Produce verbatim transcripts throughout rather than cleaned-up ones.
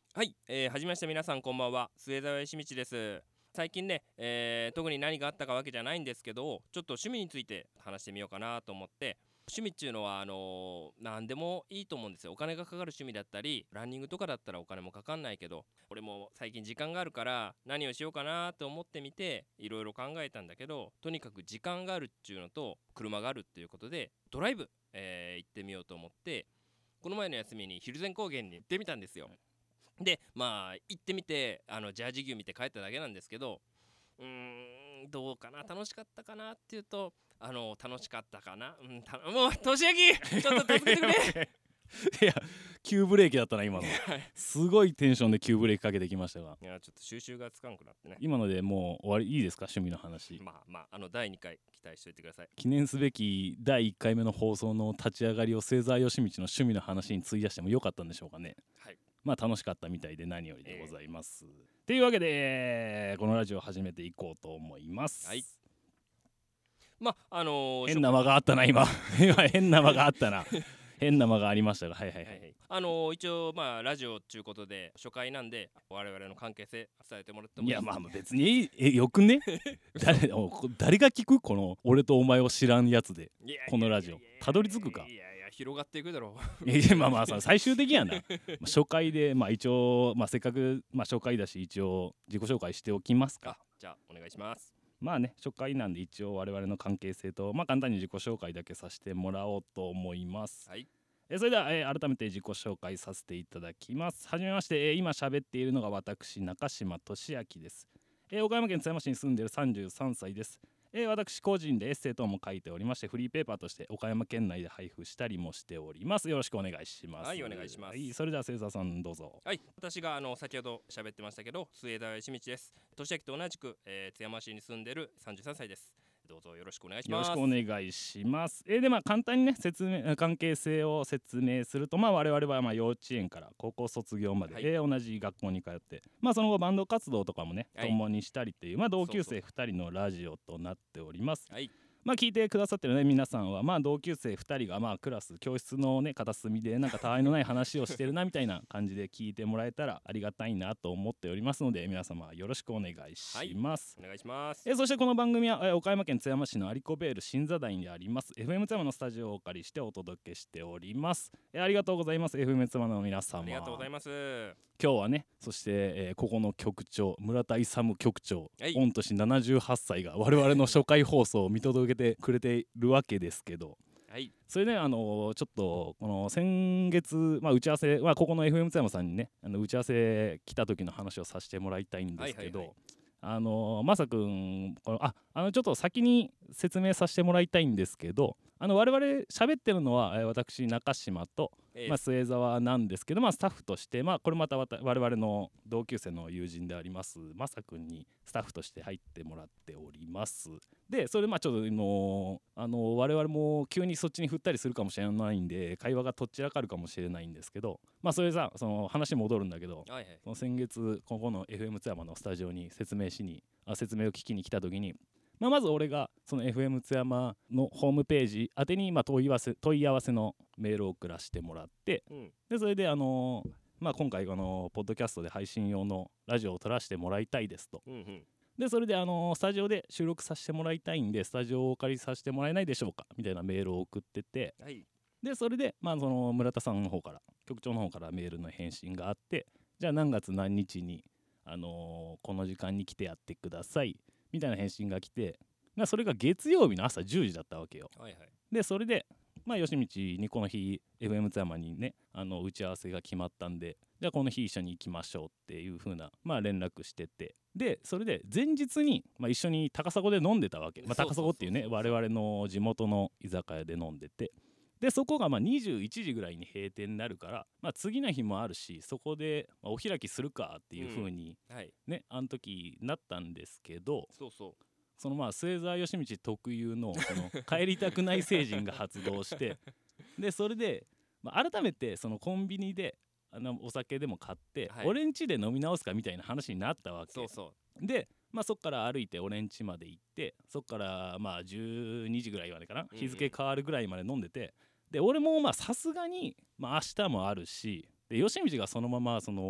はい、えー、はじめまして皆さんこんばんは、末澤義道です。最近ね、えー、特に何があったかわけじゃないんですけど、ちょっと趣味について話してみようかなと思って。趣味っていうのはあのー、何でもいいと思うんですよ。お金がかかる趣味だったり、ランニングとかだったらお金もかかんないけど、俺も最近時間があるから何をしようかなと思ってみていろいろ考えたんだけど、とにかく時間があるっていうのと車があるっていうことでドライブ、えー、行ってみようと思って、この前の休みに蒜山高原に行ってみたんですよ。でまあ行ってみて、あのジャージ牛見て帰っただけなんですけど、うーんどうかな、楽しかったかなっていうと、あの楽しかったかな、うん、たもうとしあきちょっと助けてくれいや急ブレーキだったな今の。 はいすごいテンションで急ブレーキかけてきましたが、 いやちょっと収集がつかんくなってね。 今のでもう終わりいいですか？趣味の話。 まあまああのだいにかい期待しておいてください。 記念すべきだいいっかいめの放送の立ち上がりを末澤義道の趣味の話に費やしてもよかったんでしょうかね。 はい、 まあ楽しかったみたいで何よりでございます、えー、というわけでこのラジオを始めていこうと思います。 はい、まああのー、 変な間があったな今今変な間があったな変な間がありましたが、はいはいはい、はいはいはい、あのー、一応まあラジオっていうことで初回なんで我々の関係性伝えてもらってもいいですか？ いやまあ別にえよくね誰誰が聞くこの俺とお前を知らんやつでこのラジオたどり着くか？ いやいや広がっていくだろういやまあまあ最終的やな初回でまあ一応、まあ、せっかく、まあ、初回だし一応自己紹介しておきますか。 じゃあお願いします。 まあね初回なんで一応我々の関係性と、まあ、簡単に自己紹介だけさせてもらおうと思います。 はい、 えそれでは、えー、改めて自己紹介させていただきます。はじめまして、えー、今喋っているのが私中島俊明です。えー、岡山県津山市に住んでいるさんじゅうさんさいです。えー、私個人でエッセイ等も書いておりまして、フリーペーパーとして岡山県内で配布したりもしております。よろしくお願いします。 はいお願いします。 はい、それでは末澤さんどうぞ。 はい、私があの先ほど喋ってましたけど末田義道です。俊明と同じく、えー、津山市に住んでるさんじゅうさんさいです。どうぞよろしくお願いします。 よろしくお願いします。えー、でまあ簡単にね説明関係性を説明すると、まあ我々はまあ幼稚園から高校卒業まで、はい、えー、同じ学校に通って、まあその後バンド活動とかもね、はい、共にしたりっていう、まあ同級生ふたりのラジオとなっております。はい、まあ聞いてくださってるね皆さんはまあ同級生ふたりがまあクラス教室のね片隅でなんかたわいのない話をしてるなみたいな感じで聞いてもらえたらありがたいなと思っておりますので、皆様よろしくお願いします。 はい、お願いします。 えそしてこの番組はえ岡山県津山市のアリコベール新座台にあります エフエム 津山のスタジオをお借りしてお届けしております。えありがとうございます エフエム 津山の皆様。 ありがとうございます。 今日はねそして、えー、ここの局長村田勇局長、はい、御年ななじゅうはっさいが我々の初回放送を見届けてくれているわけですけど、はい、それねあのー、ちょっとこの先月、まあ、打ち合わせ、まあ、ここの エフエム 津山さんにねあの打ち合わせ来た時の話をさせてもらいたいんですけど、はいはいはい、あのー、まさくんこのああのちょっと先に説明させてもらいたいんですけど、あの我々喋ってるのは、えー、私中島と、えーまあ、末澤なんですけど、まあ、スタッフとして、まあ、これまた我々の同級生の友人でありますまさくんにスタッフとして入ってもらっております。でそれでまあちょっとのあの我々も急にそっちに振ったりするかもしれないんで会話がとっちらかるかもしれないんですけど、まあそれさその話戻るんだけど、はいはい、その先月ここの エフエム 津山のスタジオに説明しにあ説明を聞きに来た時に、まあ、まず俺がその エフエム 津山のホームページ宛てにまあ問い合わせ問い合わせのメールを送らせてもらって、うん、でそれであのーまあ、今回あのポッドキャストで配信用のラジオを撮らせてもらいたいですと、うんうん、でそれであのスタジオで収録させてもらいたいんでスタジオをお借りさせてもらえないでしょうかみたいなメールを送ってて、はい、でそれで、まあ、その村田さんの方から局長の方からメールの返信があって、じゃあ何月何日に、あのー、この時間に来てやってくださいみたいな返信が来て、それが月曜日の朝じゅうじだったわけよ、はいはい、でそれでまあ吉道にこの日 エフエム 津山にねあの打ち合わせが決まったんで、じゃあこの日一緒に行きましょうっていう風なまあ連絡してて、でそれで前日にまあ一緒に高砂で飲んでたわけ、まあ、高砂っていうね我々の地元の居酒屋で飲んでて、でそこがまあにじゅういちじぐらいに閉店になるから、まあ、次の日もあるしそこでお開きするかっていう風に、うんはい、ねあの時なったんですけど、そうそうそのまあ末澤義道特有のその帰りたくない成人が発動してでそれで、まあ、改めてそのコンビニであのお酒でも買って、はい、俺ん家で飲み直すかみたいな話になったわけ。そうそうで、まあ、そっから歩いて俺ん家まで行って、そっからまあじゅうにじぐらいまでかな、日付変わるぐらいまで飲んでて、で俺もまあさすがにまあ明日もあるし、で吉道がそのままその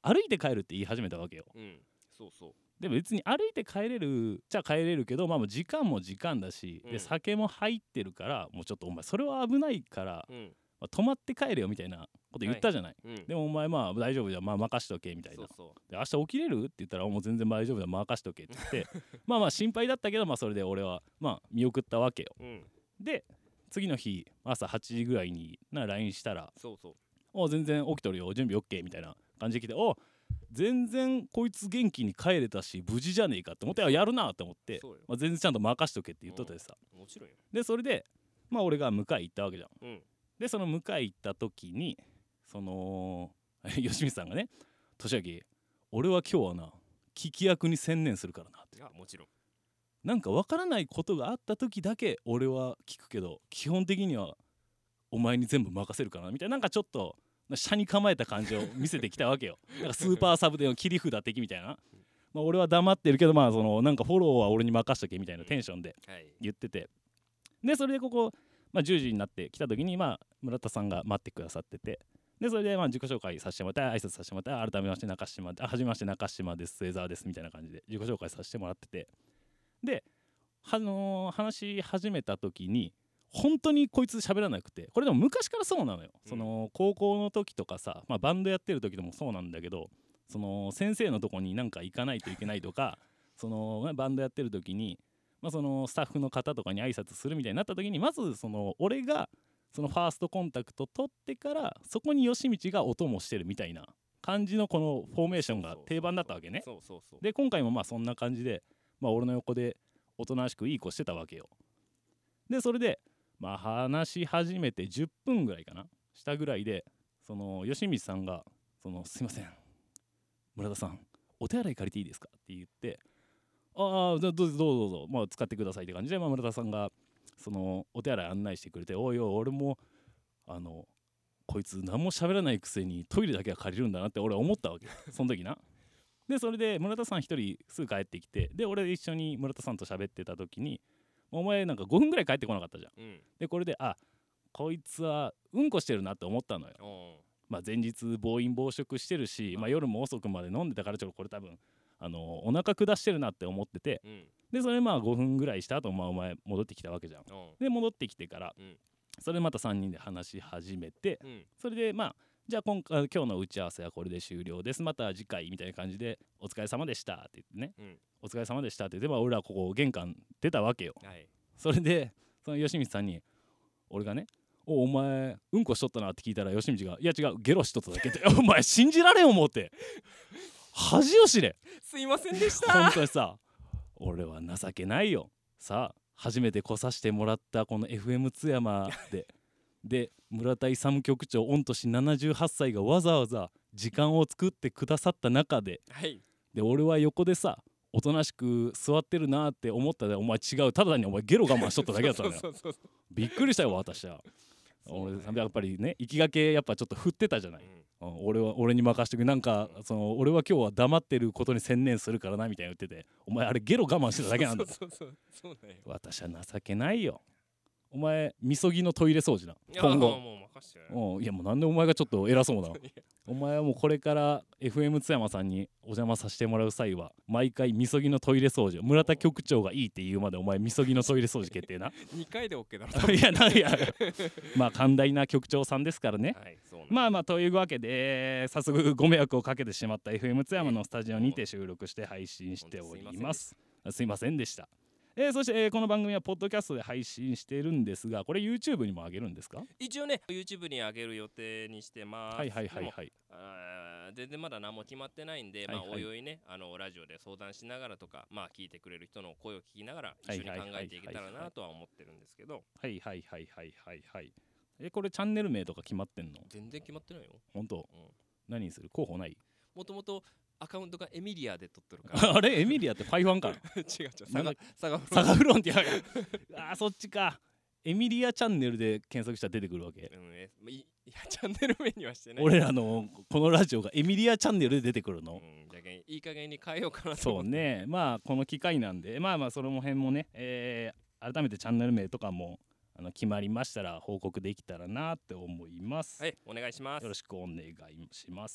歩いて帰るって言い始めたわけよ、 うん、そうそう。 でも別に歩いて帰れるじゃ帰れるけど、まあ、もう時間も時間だし、うん、で酒も入ってるからもうちょっとお前それは危ないから、うんまあ、泊まって帰れよみたいなこと言ったじゃない、はいうん、でもお前まあ大丈夫じゃん、まあ、任しとけみたいな。そうそうで明日起きれるって言ったらもう全然大丈夫だ任しとけって言ってまあまあ心配だったけど、まあ、それで俺はまあ見送ったわけよ、うん、で次の日朝はちじぐらいにな ライン したらそうそうお全然起きとるよ準備 OK みたいな感じで来てお全然こいつ元気に帰れたし無事じゃねえかって思ってやるなって思って、まあ、全然ちゃんと任しとけって言っとってさ、 うん、もちろんよ。 でそれでまあ俺が迎え行ったわけじゃん、うん、でその迎え行った時にその吉光さんがね俊明俺は今日はな聞き役に専念するからなって。 いやもちろんなんか分からないことがあった時だけ俺は聞くけど基本的にはお前に全部任せるからなみたいななんかちょっと車に構えた感じを見せてきたわけよなんかスーパーサブでの切り札的みたいなまあ俺は黙ってるけどまあそのなんかフォローは俺に任しとけみたいなテンションで言ってて、でそれでここ、まあ、じゅうじになってきた時にまあ村田さんが待ってくださってて、でそれでまあ自己紹介させてもらって挨拶させてもらって改めまして中島あはじめまして中島です末澤ですみたいな感じで自己紹介させてもらってて、で、あのー、話し始めた時に本当にこいつ喋らなくて、これでも昔からそうなのよ、うん、その高校の時とかさ、まあ、バンドやってる時でもそうなんだけどその先生のとこになんか行かないといけないとかそのバンドやってる時に、まあ、そのスタッフの方とかに挨拶するみたいになった時にまずその俺がそのファーストコンタクト取ってからそこに吉道がお供してるみたいな感じのこのフォーメーションが定番だったわけね。で今回もまあそんな感じで、まあ、俺の横でおとなしくいい子してたわけよ。でそれでまあ話し始めてじゅっぷんぐらいかなしたぐらいでその吉光さんがそのすいません村田さんお手洗い借りていいですかって言って、ああどうぞどうぞどうぞ、まあ、使ってくださいって感じで、まあ、村田さんがそのお手洗い案内してくれて、おいおい俺もあのこいつ何も喋らないくせにトイレだけは借りるんだなって俺は思ったわけその時な。でそれで村田さん一人すぐ帰ってきて、で俺一緒に村田さんと喋ってた時にお前なんかごふんぐらい帰ってこなかったじゃん、うん、でこれであこいつはうんこしてるなって思ったのよ。まあ、前日暴飲暴食してるし、まあ、夜も遅くまで飲んでたからちょっとこれ多分あのお腹下してるなって思ってて、うん、でそれまあごふんぐらいした後、まあお前戻ってきたわけじゃん。で戻ってきてから、うん、それまたさんにんで話し始めて、うん、それでまあじゃあ今回今日の打ち合わせはこれで終了です、また次回みたいな感じでお疲れ様でしたって言ってね、うん、お疲れ様でしたって言って、まあ、俺らここ玄関出たわけよ、はい、それでその吉光さんに俺がねおお前うんこしとったなって聞いたら吉光がいや違うゲロしとっただけってお前信じられん思って恥を知れすいませんでした本当にさ俺は情けないよ。さあ初めて来させてもらったこの エフエム 津山でで村田勇局長御年ななじゅうはっさいがわざわざ時間を作ってくださった中で、はい、で俺は横でさおとなしく座ってるなって思ったらお前違うただ単にお前ゲロ我慢しとっただけだったのよびっくりしたよ私は。俺やっぱりね行きがけやっぱちょっと振ってたじゃない、うん、俺は俺に任してくなんかその俺は今日は黙ってることに専念するからなみたいな言ってて、お前あれゲロ我慢してただけなんだそうそうそうそうだよ。私は情けないよ。お前みそぎのトイレ掃除な今後。もう任してよ。いやもうなんでお前がちょっと偉そうなお前はもうこれから エフエム 津山さんにお邪魔させてもらう際は毎回みそぎのトイレ掃除を村田局長がいいって言うまでお前みそぎのトイレ掃除決定なにかいで OK だろいやないやまあ寛大な局長さんですからね、はい、まあまあというわけで早速ご迷惑をかけてしまった エフエム 津山のスタジオにて収録して配信しております。すいませんでした。えー、そして、えー、この番組はポッドキャストで配信しているんですが、これ YouTube にも上げるんですか？ 一応ね YouTube に上げる予定にしてます。 はいはいはいはい。 あ全然まだ何も決まってないんで、はいはい、まあおいおいねあのラジオで相談しながらとか、まあ聞いてくれる人の声を聞きながら一緒に考えていけたらなとは思ってるんですけど。 はいはいはいはいはいはい。えこれチャンネル名とか決まってんの？ 全然決まってないよ。 本当？うん、何にする？候補ない？ もともとアカウントがエミリアで撮ってるからあれエミリアってファイファンか違う違うサガサガサガフロンってやるあーそっちか。エミリアチャンネルで検索したら出てくるわけ、うんえいいやチャンネル名にはしてない。 俺らのこのラジオがエミリアチャンネルで出てくるの、 うん、じゃいい加減に変えようかなと思って。そうねまあこの機会なんでまあまあその辺もね、えー、改めてチャンネル名とかもあの決まりましたら報告できたらなって思います。 はいお願いします。 よろしくお願いします。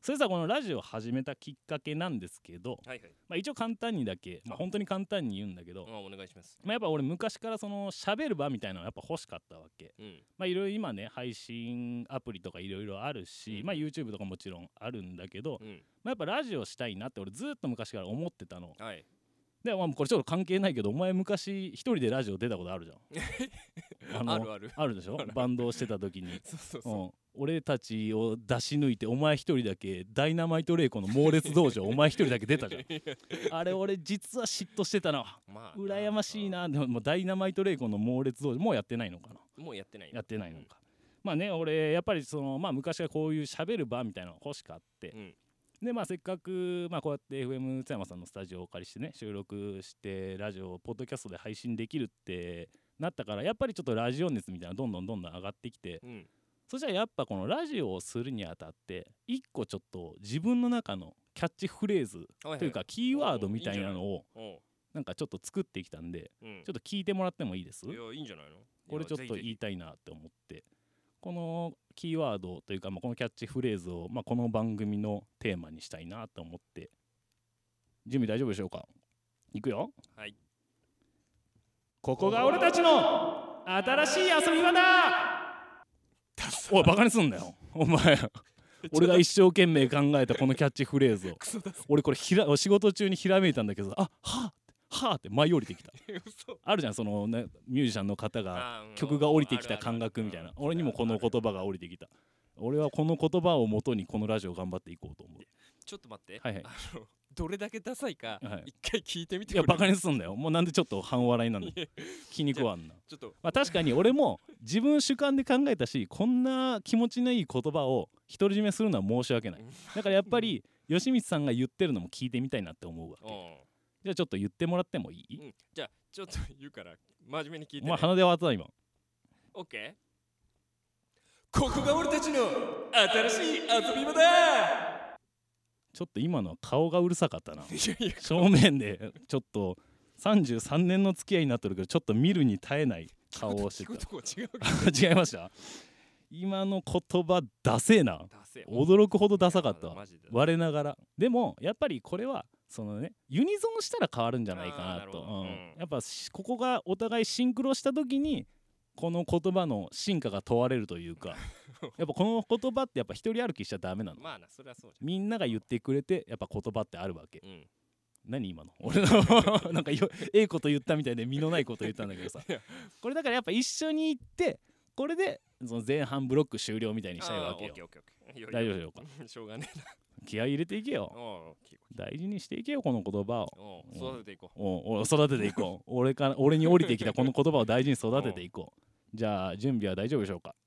それさこのラジオを始めたきっかけなんですけど、 はいはい、 まあ、一応簡単にだけ、まあ、本当に簡単に言うんだけど、 あお願いします。 まあ、やっぱ俺昔からその喋る場みたいなのやっぱ欲しかったわけ、 うん、 まあいろいろ今ね配信アプリとかいろいろあるし、 うん、 まあ YouTube とかもちろんあるんだけど、 うん、 まあ、やっぱラジオしたいなって俺ずっと昔から思ってたの。 はい、 で、まあ、これちょっと関係ないけどお前昔一人でラジオ出たことあるじゃんあのあるあるあるでしょバンドをしてた時にそうそうそう、 うん、俺たちを出し抜いてお前一人だけダイナマイトレイコの猛烈道場お前一人だけ出たじゃんあれ俺実は嫉妬してたな、まあ、羨ましいな。でももうダイナマイトレイコの猛烈道場もうやってないのかな。 もうやってないやってないのか、うん、まあね俺やっぱりそのまあ昔からこういう喋る場みたいなのが欲しかって、うん、でまあせっかくまあこうやって エフエム 津山さんのスタジオをお借りしてね収録してラジオポッドキャストで配信できるってなったからやっぱりちょっとラジオ熱みたいなどんどんどんどん上がってきて、うん、そしたらやっぱこのラジオをするにあたって一個ちょっと自分の中のキャッチフレーズというかキーワードみたいなのをなんかちょっと作ってきたんで、うん、ちょっと聞いてもらってもいいです？ いやいいんじゃないの？ これちょっと言いたいなって思ってこのキーワードというか、まあ、このキャッチフレーズを、まあ、この番組のテーマにしたいなと思って準備大丈夫でしょうか？いくよ。 はい。 ここが俺たちの新しい遊び場だ。おいバカにすんなよお前俺が一生懸命考えたこのキャッチフレーズを俺これひら仕事中にひらめいたんだけどあはっはーって舞い降りてきたあるじゃんその、ね、ミュージシャンの方が曲が降りてきた感覚みたいな俺にもこの言葉が降りてきた。俺はこの言葉をもとにこのラジオ頑張っていこうと思う。 ちょっと待って、 はいはい、 あのどれだけダサいか、はい、一回聞いてみてくれ。 いやバカにすんだよもうなんでちょっと半笑いなの気に食わんな。ちょっと、まあ、確かに俺も自分主観で考えたしこんな気持ちのいい言葉を独り占めするのは申し訳ないだからやっぱり吉光さんが言ってるのも聞いてみたいなって思うわけ。じゃあちょっと言ってもらってもいい？うん、 じゃあちょっと言うから真面目に聞いて、ね。 お前鼻で笑ったな今。 オッケー。ここが俺たちの新しい遊び場だ。 ちょっと今のは顔がうるさかったな正面でちょっとさんじゅうさんねんの付き合いになってるけどちょっと見るに耐えない顔をしてた違いました？今の言葉ダセえな。驚くほどダサかったわ我ながら。でもやっぱりこれはそのねユニゾンしたら変わるんじゃないかなと、うんうん、やっぱここがお互いシンクロした時にこの言葉の進化が問われるというかやっぱこの言葉ってやっぱ一人歩きしちゃダメなの。 まあなそれはそうじゃん。 みんなが言ってくれてやっぱ言葉ってあるわけ、うん、何今の俺のなんかよええこと言ったみたいで身のないこと言ったんだけどさこれだからやっぱ一緒に行ってこれでその前半ブロック終了みたいにしたいわけよ。大丈夫でしょうか？ しょうがねえな気合い入れていけよ。大事にしていけよこの言葉を。 育てていこう。 お育てていこう俺から俺に降りてきたこの言葉を大事に育てていこう。じゃあ準備は大丈夫でしょうか？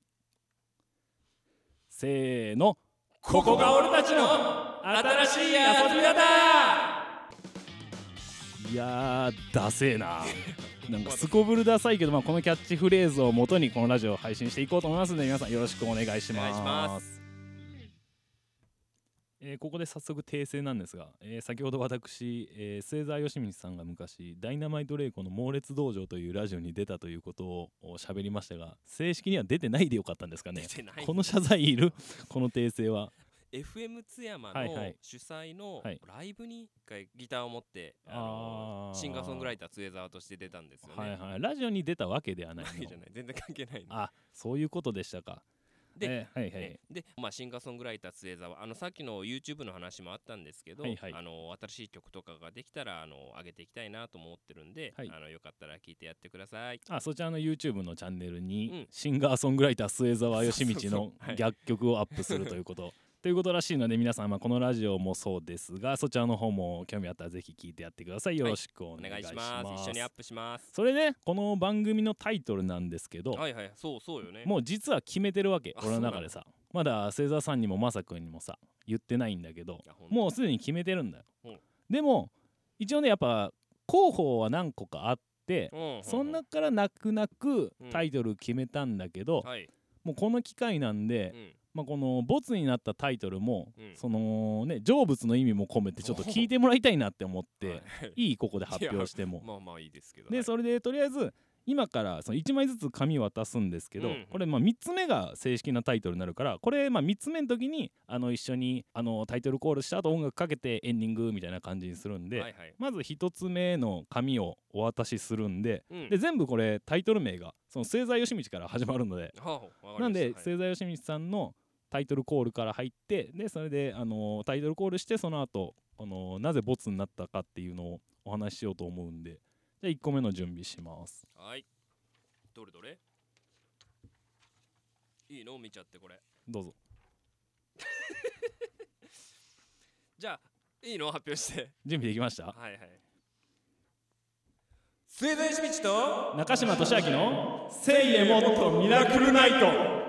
せーの。 ここが俺たちの新しい遊び場だ。 いやーダセえななんかすこぶるダサいけど、まあ、このキャッチフレーズを元にこのラジオを配信していこうと思いますので皆さんよろしくお願いします。お願いします。えー、ここで早速訂正なんですが、えー、先ほど私、えー、末澤義光さんが昔ダイナマイトレイコの猛烈道場というラジオに出たということを喋りましたが正式には出てないでよかったんですかね。この謝罪いるこの訂正はエフエム 津山の主催のライブに一回ギターを持って、はい、あのシンガーソングライター末澤として出たんですよね。 はいはい、ラジオに出たわけではないの。 わけじゃない、全然関係ないの。 あ、そういうことでしたか。 で、 えーはいはい、 で、まあ、シンガーソングライター末澤、あのさっきの YouTube の話もあったんですけど、はいはい、あの新しい曲とかができたらあの上げていきたいなと思ってるんで、はい、あのよかったら聞いてやってください。 あ、そちらの YouTube のチャンネルに、うん、シンガーソングライター末澤義道の逆曲をアップするということということらしいので皆さん、まあ、このラジオもそうですがそちらの方も興味あったらぜひ聞いてやってください。よろしくお願いします。 はい、お願いします。一緒にアップします。 それで、ね、この番組のタイトルなんですけど、 はいはい、そうそうよね。 もう実は決めてるわけ俺の中でさ。まだ末澤さんにもまさくんにもさ言ってないんだけどもうすでに決めてるんだよ、うん、でも一応ねやっぱ候補は何個かあって、うん、その中から泣く泣くタイトル決めたんだけど、うんはい、もうこの機会なんで、うんまあ、このボツになったタイトルも、うん、そのね成仏の意味も込めてちょっと聞いてもらいたいなって思っていいここで発表してもまあまあいいですけど、 で、はい、それでとりあえず今からそのいちまいずつ紙渡すんですけど、うん、これまあみっつめが正式なタイトルになるから、これまあみっつめの時にあの一緒にあのタイトルコールした後音楽かけてエンディングみたいな感じにするんで、はいはい、まずひとつめの紙をお渡しするんで、うん、で全部これタイトル名がその末澤義道から始まるので、はあ、なんで、はい、末澤義道さんのタイトルコールから入って、でそれであのタイトルコールして、その後あのなぜボツになったかっていうのをお話ししようと思うんで、じゃあいっこめの準備します。 はい、どれどれいいの見ちゃって、これどうぞじゃあいいの発表して準備できました。 はいはい。末澤義道と中島俊明のせいえもっとミラクルナイト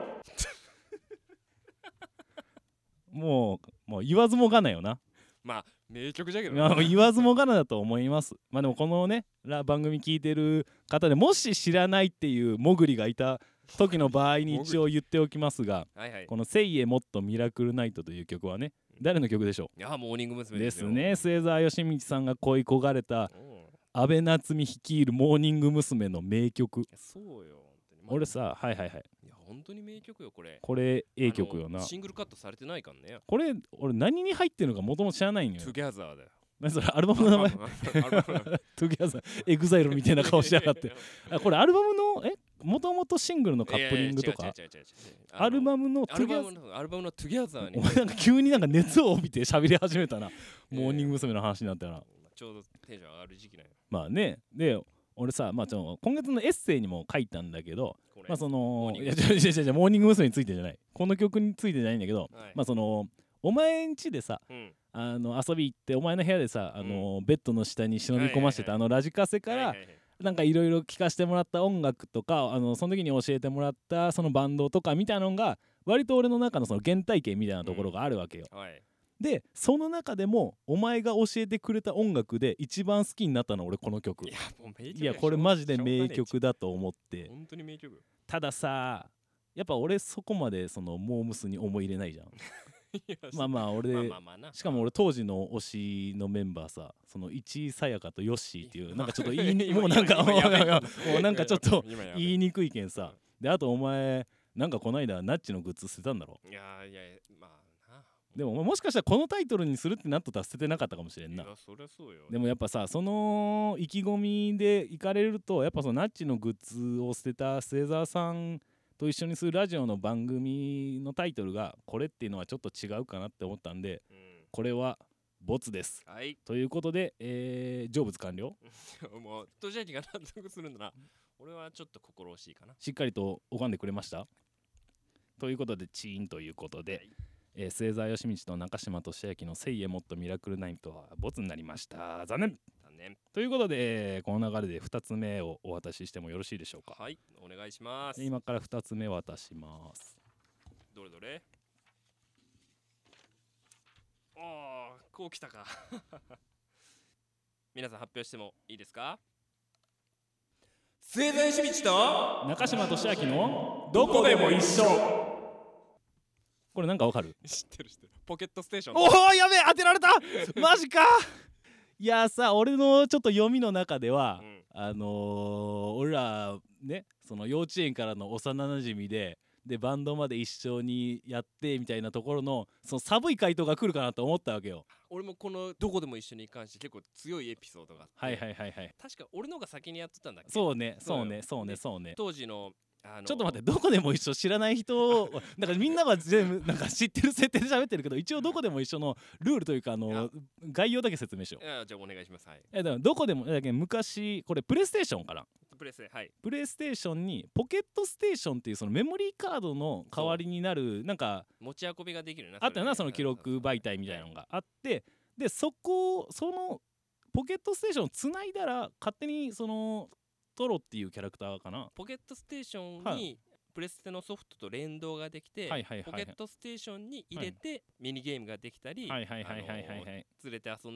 もうもう言わずもがなよな。 まあ名曲じゃけどな、言わずもがなだと思います。まあでもこのね番組聞いてる方でもし知らないっていうモグリがいた時の場合に一応言っておきますがはい、はい、このせいえもっとミラクルナイトという曲はね、誰の曲でしょう。 いやモーニング娘。 ですね。末澤義道さんが恋焦がれた安倍夏実率いるモーニング娘。の名曲。 そうよ、 俺さ、はいはいはい、 いや本当に名曲よこれ。 これ A 曲よな。 シングルカットされてないからね。 これ俺何に入ってるのかもともと知らないんよ。 トゥギャザーだよ。 何それ、アルバムの名前トゥギャザー、エグザイルみたいな顔しやがってあ、これアルバムのえもともとシングルのカップリングとか、アルバムのトゥギャザー、 アルバムのトゥギャザーにお前なんか急になんか熱を帯びて喋り始めたなモーニング娘。の話になったよな。 ちょうどテンション上がる時期なんよ。 まあね、で俺さ、まあ、ちょ今月のエッセイにも書いたんだけど、まあそのいや違う違う違うモーニング娘。についてじゃない、この曲についてじゃないんだけど、はい、まあそのお前ん家でさ、うん、あの遊び行ってお前の部屋でさ、あの、うん、ベッドの下に忍び込ましてた、はいはいはい、あのラジカセから、はいはいはい、なんかいろいろ聴かせてもらった音楽とか、あのその時に教えてもらったそのバンドとかみたいなのが割と俺の中のその原体験みたいなところがあるわけよ、うんはい、でその中でもお前が教えてくれた音楽で一番好きになったのは俺この曲。いやもう名曲、いやこれマジで名曲だと思って。 本当に名曲。 たださやっぱ俺そこまでそのモームスに思い入れないじゃんまあまあ俺、まあまあまあな、しかも俺当時の推しのメンバーさ、その市井さやかとヨッシーっていうなんかちょっと言いにもうなんかもうなんかちょっと言いにくいけんさ。であとお前なんかこないだナッチのグッズ捨てたんだろ。 いやいやまあな。 でももしかしたらこのタイトルにするってなっとったら捨ててなかったかもしれんな。いやそりゃそうよ。 でもやっぱさその意気込みで行かれるとやっぱそのナッチのグッズを捨てた末澤さんと一緒にするラジオの番組のタイトルがこれっていうのはちょっと違うかなって思ったんで、うん、これはボツです、はい、ということで、えー、成仏完了もうとじあきが納得するんだな。俺はちょっと心惜しいかな。 しっかりと拝んでくれましたということでチーンということで、はい、えー、末澤義道と中島俊明のせいえもっとミラクルナイトはボツになりました。残念ということで、この流れでふたつめをお渡ししてもよろしいでしょうか。 はい、お願いします。 今からふたつめ渡します。 どれどれ。おー、こうきたか皆さん発表してもいいですか。末澤義道と中島俊明のどこでも一緒。これなんかわかる？ 知ってる知ってる。ポケットステーション。 おおやべえ当てられたマジかいやさ俺のちょっと読みの中では、うん、あのー、俺らねその幼稚園からの幼なじみででバンドまで一緒にやってみたいなところのその寒い回答が来るかなと思ったわけよ。 俺もこのどこでも一緒に関して結構強いエピソードがあって、 はいはいはいはい、 確か俺のが先にやってたんだっけ。 そうねそうねそうねそうね。 当時のあのちょっと待ってどこでも一緒知らない人なんかみんなは全部なんか知ってる設定で喋ってるけど一応どこでも一緒のルールというかあの概要だけ説明しよう。 いやじゃあお願いします。はい、 えだからどこでもだけ昔これプレイステーションかな。 プレステ、はい、 プレイステーションにポケットステーションっていうそのメモリーカードの代わりになるなんか持ち運びができるなあったよなその記録媒体みたいなのがあってでそこそのポケットステーションをつないだら勝手にそのトロっていうキャラクターかなポケットステーションにプレステのソフトと連動ができて、はいはいはいはい、ポケットステーションに入れてミニゲームができたり連れて遊んだり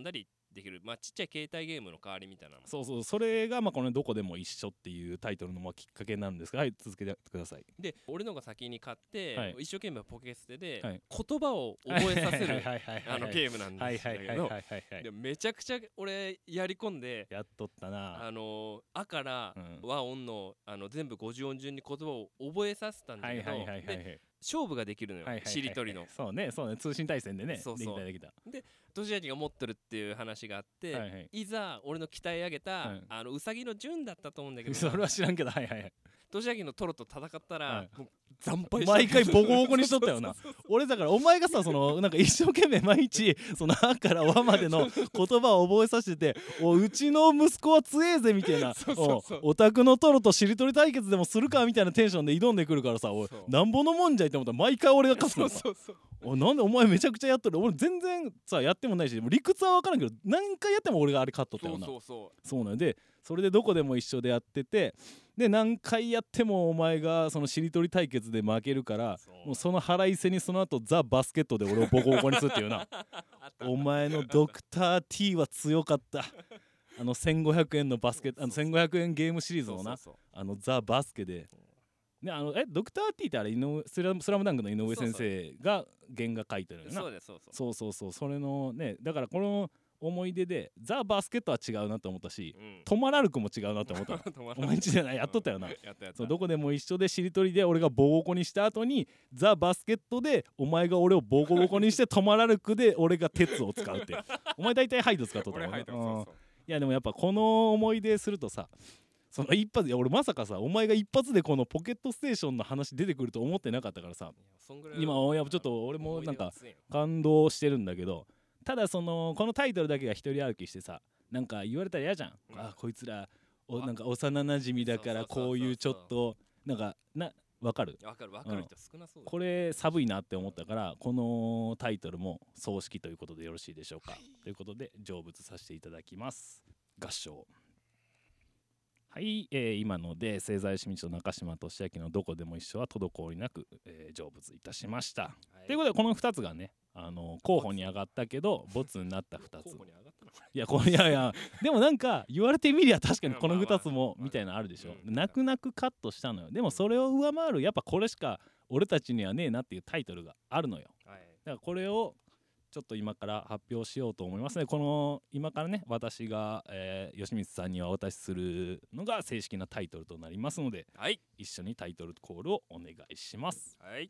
できる、まあ、ちっちゃい携帯ゲームの代わりみたいなの。 そうそう、それがまあこのどこでも一緒っていうタイトルのまあきっかけなんですが、はい、続けてください。 で俺のが先に買って、はい、一生懸命ポケステで、はい、言葉を覚えさせるあのゲームなんですけど、めちゃくちゃ俺やり込んでやっとったな。 あのあから和音のあの全部ごじゅう音順に言葉を覚えさせたんだけど、勝負ができるのよ、はいはいはいはい、しりとりの。 そうね、そうね、通信対戦でね、 そうそうできたできた。 で俊明が持ってるっていう話があって、はいはい、いざ俺の鍛え上げた、はい、あのうさぎの順だったと思うんだけど、 それは知らんけど、はいはいはい、 俊明のトロと戦ったら、はい、もう惨敗した毎回ボコボコにしとったよな。俺だからお前がさ、そのなんか一生懸命毎日そのあからわまでの言葉を覚えさせてておうちの息子は強えぜみたいなお宅のトロとしりとり対決でもするかみたいなテンションで挑んでくるからさ、おいなんぼのもんじゃいって思ったら毎回俺が勝つの。そうそうそう、おなんでお前めちゃくちゃやっとる。俺全然さやってもないし理屈は分からんけど何回やっても俺があれ勝っとったよな。 そうそうそうそうなんで、それでどこでも一緒でやってて、で何回やってもお前がそのしりとり対決で負けるから、もうその腹いせにその後ザ・バスケットで俺をボコボコにするっていうなお前のドクター T は強かったあのせんごひゃくえんのバスケ、あのせんごひゃくえんゲームシリーズのな、あのザ・バスケで、ね、あのえドクター T ってあれ井上スラム、スラムダンクの井上先生が原画描いてるよな。 そうです、そうそうそうそう、それのね、だからこの思い出でザ・バスケットは違うなと思ったし、うん、トマラルクも違うなと思ったお前んちじゃないやっとったよな、うん、やったやった。そうどこでも一緒でしりとりで俺がボコボコにした後にザ・バスケットでお前が俺をボコボコにしてトマラルクで俺が鉄を使うってお前大体ハイド使っとったもんね。いやでもやっぱこの思い出するとさ、その一発、いや俺まさかさお前が一発でこのポケットステーションの話出てくると思ってなかったからさ、今やっぱちょっと俺もなんか感動してるんだけど、ただそのこのタイトルだけが一人歩きしてさ、なんか言われたら嫌じゃん、うん、あこいつらおなんか幼なじみだからこういうちょっとなんかな分かる分かる分かる人少なそうだ、 これ寒いなって思ったからこのタイトルも葬式ということでよろしいでしょうか、はい、ということで成仏させていただきます。合唱。はい、えー、今ので星座義道と中島俊明のどこでも一緒は滞りなく、えー、成仏いたしました、はい、ということでこのふたつがね、あの候補に上がったけどボツになったふたついやこれいやいやでもなんか言われてみりゃ確かにこのふたつもみたいなのあるでしょ、うん、泣く泣くカットしたのよ。でもそれを上回るやっぱこれしか俺たちにはねえなっていうタイトルがあるのよ、はい、だからこれをちょっと今から発表しようと思いますね。この今からね私が、えー、吉光さんにはお渡しするのが正式なタイトルとなりますので、はい、一緒にタイトルコールをお願いします。 はい、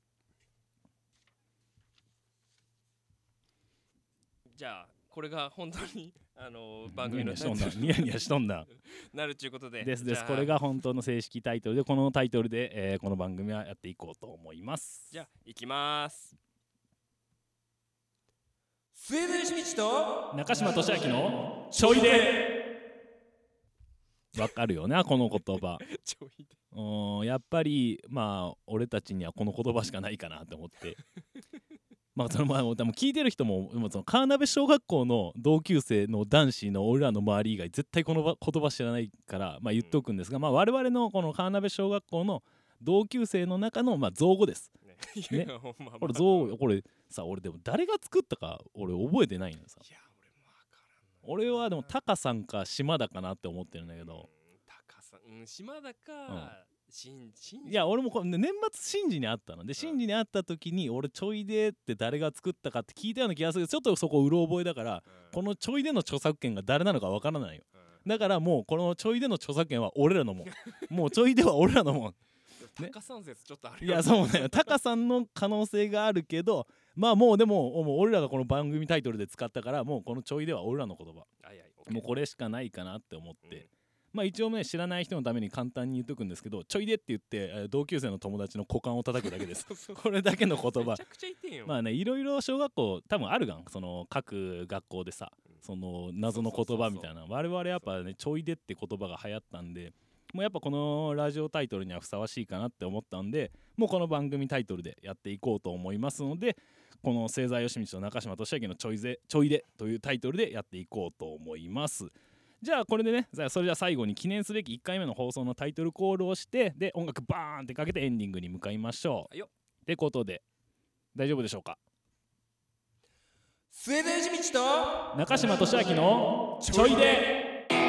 じゃあこれが本当にあのー、番組のニヤニヤしとんだなるということでですです。これが本当の正式タイトルでこのタイトルで、えー、この番組はやっていこうと思います。 じゃあいきます。末吉道と中島俊明のちょいでわかるよねこの言葉ちょいでうんやっぱりまあ俺たちにはこの言葉しかないかなと思ってまあそのまあ多分聞いてる人もその川辺小学校の同級生の男子の俺らの周り以外絶対この言葉知らないからまあ言っておくんですが、まあ我々のこの川辺小学校の同級生の中のまあ造語です。ね、これ造語これさ俺でも誰が作ったか俺覚えてないのさ。いや俺もわからん。俺はでもタカさんか島田かなって思ってるんだけど。 タカさん、うん、島田か。うんシンジいや俺もこ年末シンジに会ったので、シンジに会った時に俺ちょいでって誰が作ったかって聞いたような気がするけどちょっとそこうろ覚えだから、うん、このちょいでの著作権が誰なのかわからないよ、うん、だからもうこのちょいでの著作権は俺らのもんもうちょいでは俺らのもんタカさん説ちょっとあるよ、 いやそうねタカさんの可能性があるけどまあもうでももう俺らがこの番組タイトルで使ったからもうこのちょいでは俺らの言葉あいあいもうこれしかないかなって思って、うんまあ一応ね知らない人のために簡単に言っとくんですけどちょいでって言って同級生の友達の股間を叩くだけですこれだけの言葉めちゃくちゃ言ってんよ。まあねいろいろ小学校多分あるがんその各学校でさその謎の言葉みたいな我々やっぱねちょいでって言葉が流行ったんでもうやっぱこのラジオタイトルにはふさわしいかなって思ったんでもうこの番組タイトルでやっていこうと思いますのでこの星座義道と中島俊明のちょいぜちょいでというタイトルでやっていこうと思います。じゃあこれでねそれじゃあ最後に記念すべきいっかいめの放送のタイトルコールをしてで音楽バーンってかけてエンディングに向かいましょう。はいよってことで大丈夫でしょうか。 末田義道と中島俊明のちょいで。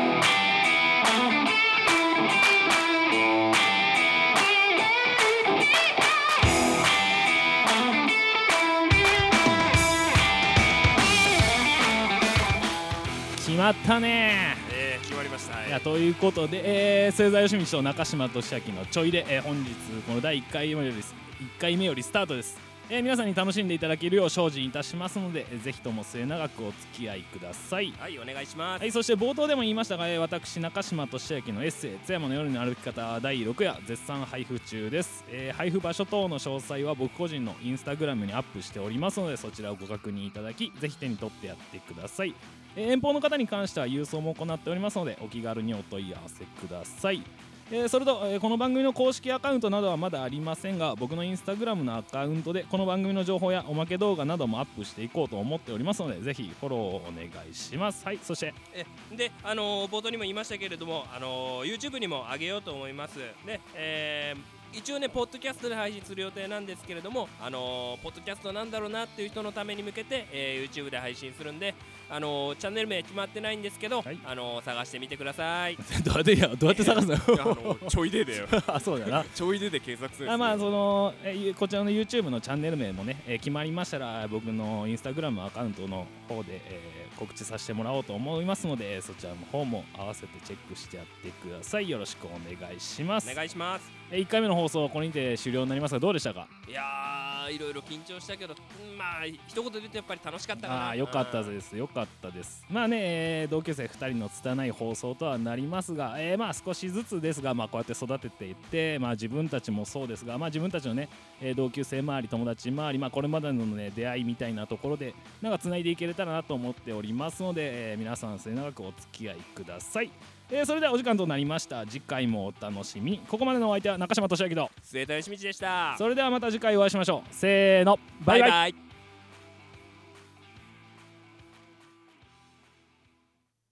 決まったねー、 えー、決まりました、はい、 いやということで、えー、末田義道と中島俊明のちょいで、えー、本日このだいいっかいめよりいっかいめよりスタートです。えー、皆さんに楽しんでいただけるよう精進いたしますので、えー、ぜひとも末永くお付き合いください。 はい、お願いします。 はい、そして冒頭でも言いましたが、えー、私中島俊明のエッセイ津山の夜の歩き方だいろくや絶賛配布中です。えー、配布場所等の詳細は僕個人のインスタグラムにアップしておりますので、そちらをご確認いただき、ぜひ手に取ってやってください。えー、遠方の方に関しては郵送も行っておりますので、お気軽にお問い合わせください。えー、それと、えー、この番組の公式アカウントなどはまだありませんが、僕のインスタグラムのアカウントでこの番組の情報やおまけ動画などもアップしていこうと思っておりますので、ぜひフォローをお願いします。はい、そしてえで、あのー、冒頭にも言いましたけれども、あのー、YouTube にも上げようと思います。で、えー一応ねポッドキャストで配信する予定なんですけれども、あのー、ポッドキャストなんだろうなっていう人のために向けて、えー、YouTube で配信するんで、あのー、チャンネル名決まってないんですけど、はい、あのー、探してみてください。 どうやってやどうやって探すの？あのちょいでだよ。 あ、そうだな。 ちょいでで検索するんですよ。 あ、まあそのえこちらの YouTube のチャンネル名もね、えー、決まりましたら僕の Instagram アカウントの方で、えー、告知させてもらおうと思いますので、そちらの方も合わせてチェックしてやってください。よろしくお願いします。 お願いします。 いっかいめの放送これにて終了になりますが、どうでしたか？ いやー、いろいろ緊張したけど、まあ一言で言うとやっぱり楽しかったかな。 あー、よかったですよかったです。まあね、えー、同級生ふたりの拙い放送とはなりますが、えー、まあ少しずつですが、まあこうやって育てていって、まあ自分たちもそうですが、まあ自分たちのね、えー、同級生周り友達周り、まあこれまでのね出会いみたいなところでなんかつないでいけれたらなと思っておりますので、えー、皆さん末永くお付き合いください。えー、それではお時間となりました。次回もお楽しみに。ここまでのお相手は中島俊明と末田義道でした。 それではまた次回お会いしましょう。せーの、バイバイ。バイバイ。